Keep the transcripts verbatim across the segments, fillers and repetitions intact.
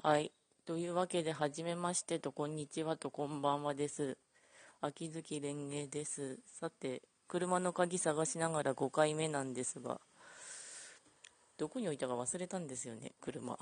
はい。というわけで、はじめましてと、こんにちはと、こんばんはです。秋月蓮華です。さて、車の鍵探しながらごかいめなんですが、どこに置いたか忘れたんですよね、車。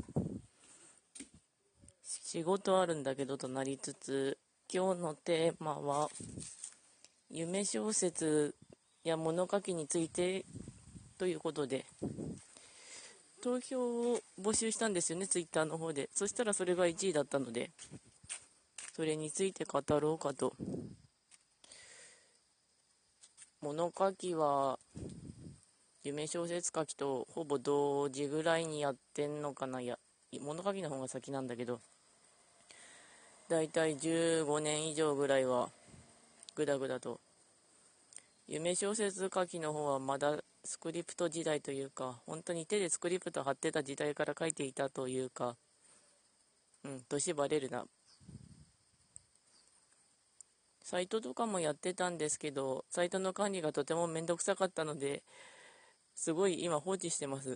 仕事あるんだけどとなりつつ、今日のテーマは、夢小説や物書きについてということで、投票を募集したんですよね、ツイッターの方で。そしたらそれがいちいだったので、それについて語ろうかと。物書きは夢小説書きとほぼ同時ぐらいにやってんのかな。いや、物書きの方が先なんだけど、だいたいじゅうごねん以上ぐらいはグダグダと。夢小説書きの方はまだスクリプト時代というか、本当に手でスクリプト貼ってた時代から書いていたというか、うん、年バレるな。サイトとかもやってたんですけど、サイトの管理がとてもめんどくさかったので、すごい今放置してます。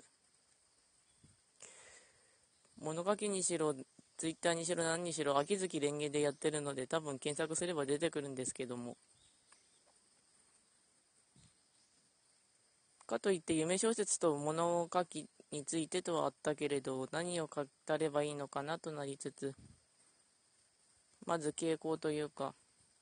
物書きにしろ、ツイッターにしろ何にしろ、秋月蓮華でやってるので、多分検索すれば出てくるんですけども。かといって夢小説と物書きについてとはあったけれど、何を語ればいいのかなとなりつつ、まず傾向というか、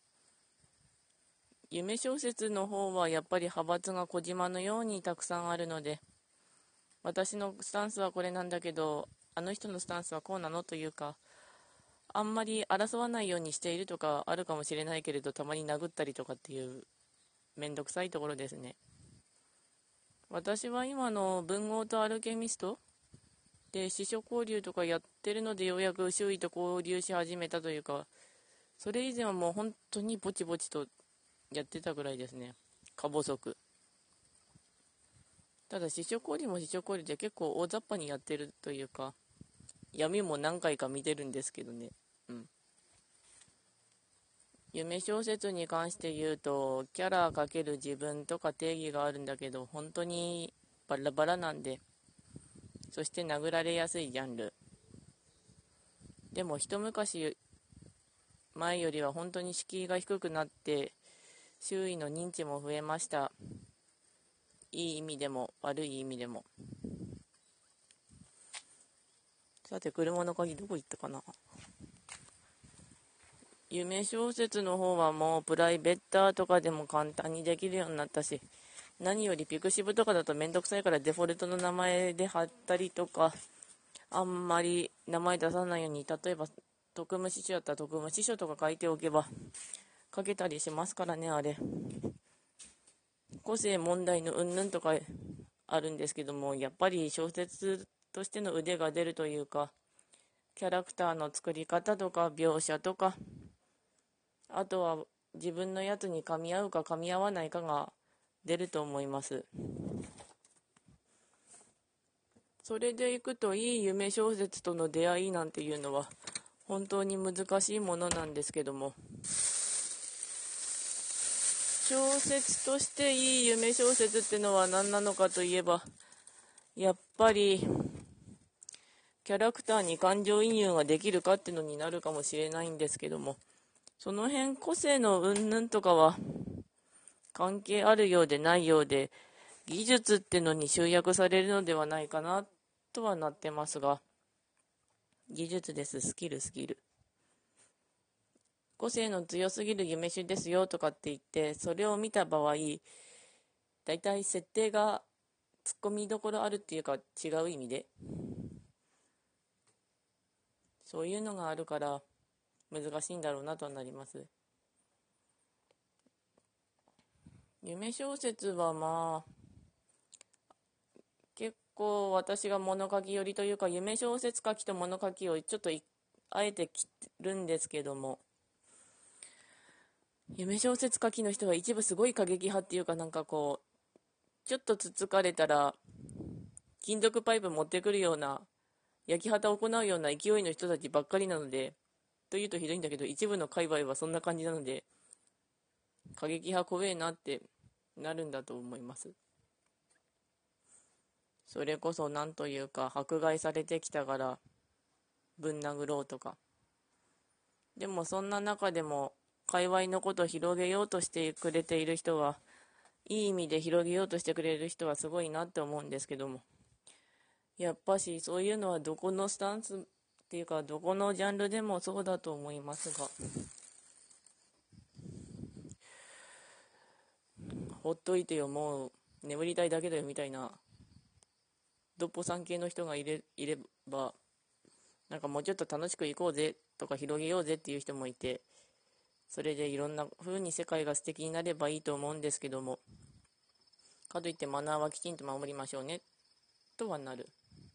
夢小説の方はやっぱり派閥が小島のようにたくさんあるので、私のスタンスはこれなんだけど、あの人のスタンスはこうなのというか、あんまり争わないようにしているとかあるかもしれないけれど、たまに殴ったりとかっていうめんどくさいところですね。私は今の文豪とアルケミストで司書交流とかやってるので、ようやく周囲と交流し始めたというか、それ以前はもう本当にぼちぼちとやってたぐらいですね。か細く。ただ司書交流も司書交流で結構大雑把にやってるというか、闇も何回か見てるんですけどね。うん。夢小説に関して言うと、キャラ×自分とか定義があるんだけど、本当にバラバラなんで、そして殴られやすいジャンル。でも一昔前よりは本当に敷居が低くなって、周囲の認知も増えました。いい意味でも悪い意味でも。さて、車の鍵どこ行ったかな。夢小説の方はもうプライベートとかでも簡単にできるようになったし、何よりピクシブとかだとめんどくさいからデフォルトの名前で貼ったりとか、あんまり名前出さないように、例えば特務司書やったら特務司書とか書いておけば書けたりしますからね。あれ個性問題のうんぬんとかあるんですけども、やっぱり小説としての腕が出るというか、キャラクターの作り方とか描写とか、あとは自分のやつに噛み合うか噛み合わないかが出ると思います。それでいくと、いい夢小説との出会いなんていうのは本当に難しいものなんですけども、小説としていい夢小説ってのは何なのかといえば、やっぱりキャラクターに感情移入ができるかってのになるかもしれないんですけども、その辺個性の云々とかは関係あるようでないようで、技術ってのに集約されるのではないかなとはなってますが、技術です。スキルスキル。個性の強すぎる夢主ですよとかって言って、それを見た場合、だいたい設定が突っ込みどころあるっていうか、違う意味でそういうのがあるから難しいんだろうなとはなります。夢小説はまあ結構私が物書き寄りというか、夢小説書きと物書きをちょっとあえて切るんですけども、夢小説書きの人は一部すごい過激派っていうか、なんかこうちょっとつつかれたら金属パイプ持ってくるような、焼き畑を行うような勢いの人たちばっかりなので、というとひどいんだけど、一部の界隈はそんな感じなので、過激派怖えなってなるんだと思います。それこそなんというか迫害されてきたから、 ぶん殴ろうとか。でもそんな中でも界隈のことを広げようとしてくれている人は、いい意味で広げようとしてくれる人はすごいなって思うんですけども、やっぱしそういうのはどこのスタンスっていうかどこのジャンルでもそうだと思いますが、ほっといてよ、もう眠りたいだけだよみたいなドッポさん系の人がいれ、いれば、なんかもうちょっと楽しく行こうぜとか広げようぜっていう人もいて、それでいろんな風に世界が素敵になればいいと思うんですけども、かといってマナーはきちんと守りましょうねとはなる。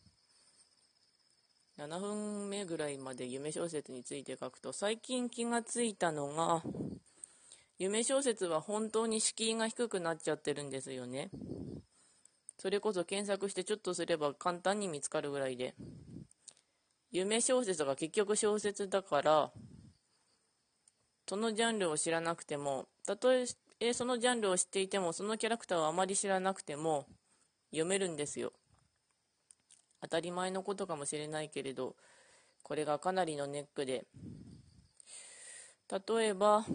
ななふんめぐらいまで夢小説について書くと、最近気がついたのが、夢小説は本当に敷居が低くなっちゃってるんですよね。それこそ検索してちょっとすれば簡単に見つかるぐらいで、夢小説が結局小説だから、そのジャンルを知らなくても、たとえそのジャンルを知っていても、そのキャラクターをあまり知らなくても読めるんですよ。当たり前のことかもしれないけれど、これがかなりのネックで、例えば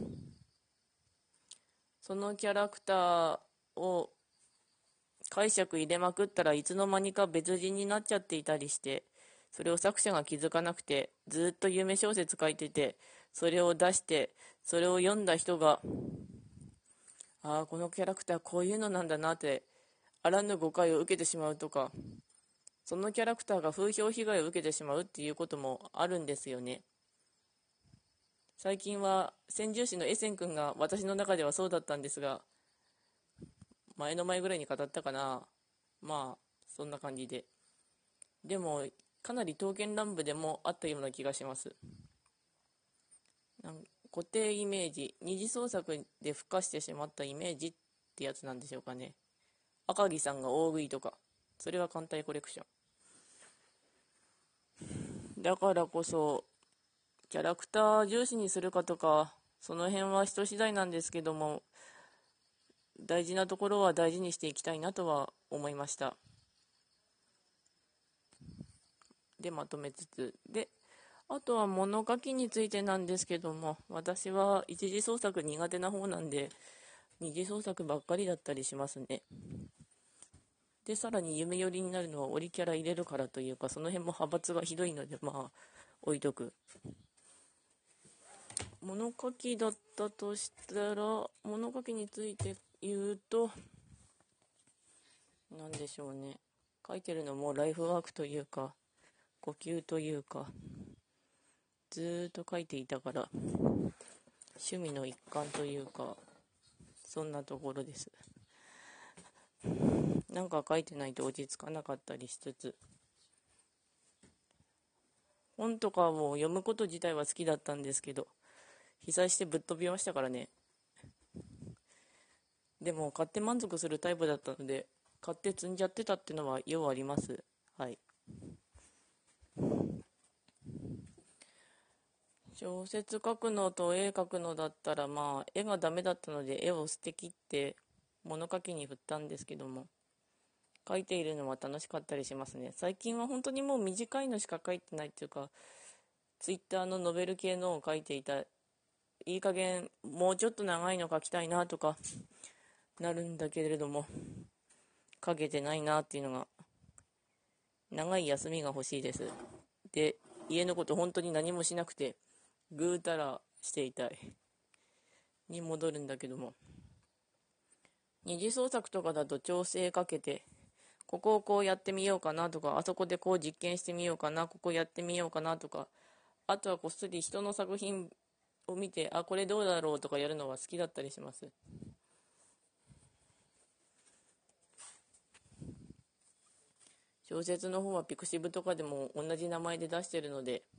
そのキャラクターを解釈入れまくったらいつの間にか別人になっちゃっていたりして、それを作者が気づかなくてずっと夢小説書いてて、それを出してそれを読んだ人が、ああこのキャラクターこういうのなんだなってあらぬ誤解を受けてしまうとか、そのキャラクターが風評被害を受けてしまうっていうこともあるんですよね。最近は千住市のエセン君が私の中ではそうだったんですが、前の前ぐらいに語ったかな。まあそんな感じで、でもかなり刀剣乱舞でもあったような気がします。なん固定イメージ、二次創作で付加してしまったイメージってやつなんでしょうかね。赤木さんが大食いとか、それは艦隊コレクションだからこそ、キャラクター重視にするかとか、その辺は人次第なんですけども、大事なところは大事にしていきたいなとは思いました。でまとめつつで、あとは物書きについてなんですけども、私は一次創作苦手な方なんで、二次創作ばっかりだったりしますね。でさらに夢寄りになるのはオリキャラ入れるからというか、その辺も派閥がひどいので、まあ置いとく。物書きだったとしたら、物書きについて言うと、何でしょうね、書いてるのもライフワークというか呼吸というか、ずーっと書いていたから趣味の一環というか、そんなところです。なんか書いてないと落ち着かなかったりしつつ、本とかも読むこと自体は好きだったんですけど、被災してぶっ飛びましたからね。でも買って満足するタイプだったので、買って積んじゃってたってのはようあります。はい。小説書くのと絵描くのだったら、まあ絵がダメだったので絵を捨てきって物書きに振ったんですけども、書いているのは楽しかったりしますね。最近は本当にもう短いのしか書いてないっていうか、ツイッターのノベル系のを書いていた。いい加減もうちょっと長いの書きたいなとかなるんだけれども、書けてないなっていうのが、長い休みが欲しいです。で家のこと本当に何もしなくてぐうたらしていたいに戻るんだけども、二次創作とかだと調整かけて、ここをこうやってみようかなとか、あそこでこう実験してみようかな、ここやってみようかなとか、あとはこっそり人の作品を見て、あこれどうだろうとかやるのは好きだったりします。小説の方はピクシブとかでも同じ名前で出してるので、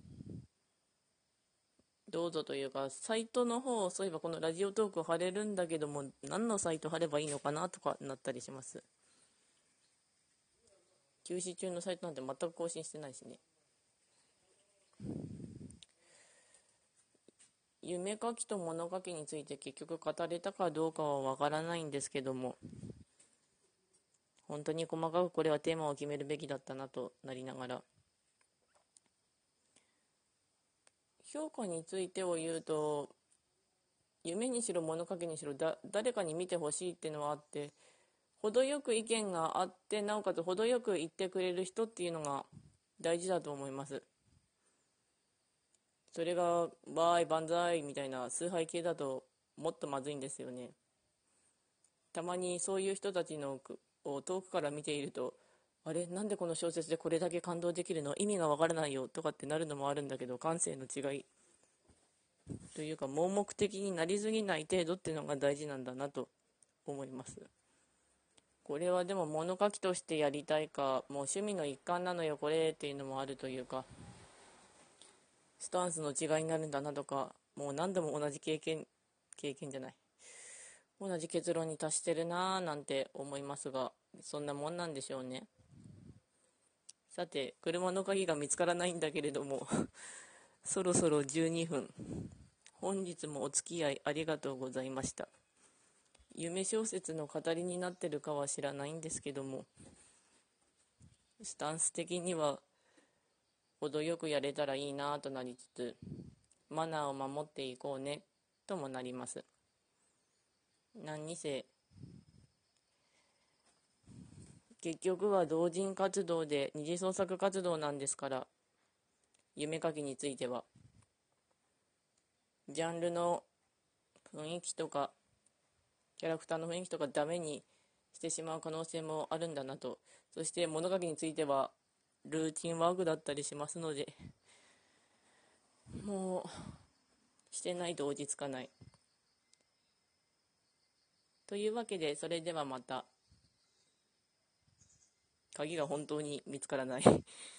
どうぞというか、サイトの方、そういえばこのラジオトーク貼れるんだけども、何のサイト貼ればいいのかなとかなったりします。休止中のサイトなんて全く更新してないしね。夢書きと物書きについて結局語れたかどうかはわからないんですけども、本当に細かくこれはテーマを決めるべきだったなとなりながら、 評価についてを言うと、夢にしろ物書きにしろだ誰かに見てほしいっていうのはあって、程よく意見があって、なおかつ程よく言ってくれる人っていうのが大事だと思います。それがわーい万歳みたいな崇拝系だともっとまずいんですよね。たまにそういう人たちのを遠くから見ていると、あれなんでこの小説でこれだけ感動できるの、意味がわからないよとかってなるのもあるんだけど、感性の違いというか盲目的になりすぎない程度っていうのが大事なんだなと思います。これはでも物書きとしてやりたいか、もう趣味の一環なのよこれっていうのもあるというか、スタンスの違いになるんだなとか、もう何度も同じ経験経験じゃない同じ結論に達してるなぁなんて思いますが、そんなもんなんでしょうね。さて、車の鍵が見つからないんだけれどもそろそろじゅうにふん。本日もお付き合いありがとうございました。夢小説の語りになってるかは知らないんですけども、スタンス的には程よくやれたらいいなとなりつつ、マナーを守っていこうねともなります。何にせ結局は同人活動で二次創作活動なんですから、夢書きについてはジャンルの雰囲気とかキャラクターの雰囲気とかダメにしてしまう可能性もあるんだなと。そして物書きについてはルーティンワークだったりしますので、もうしてないと落ち着かないというわけで、それではまた。鍵が本当に見つからない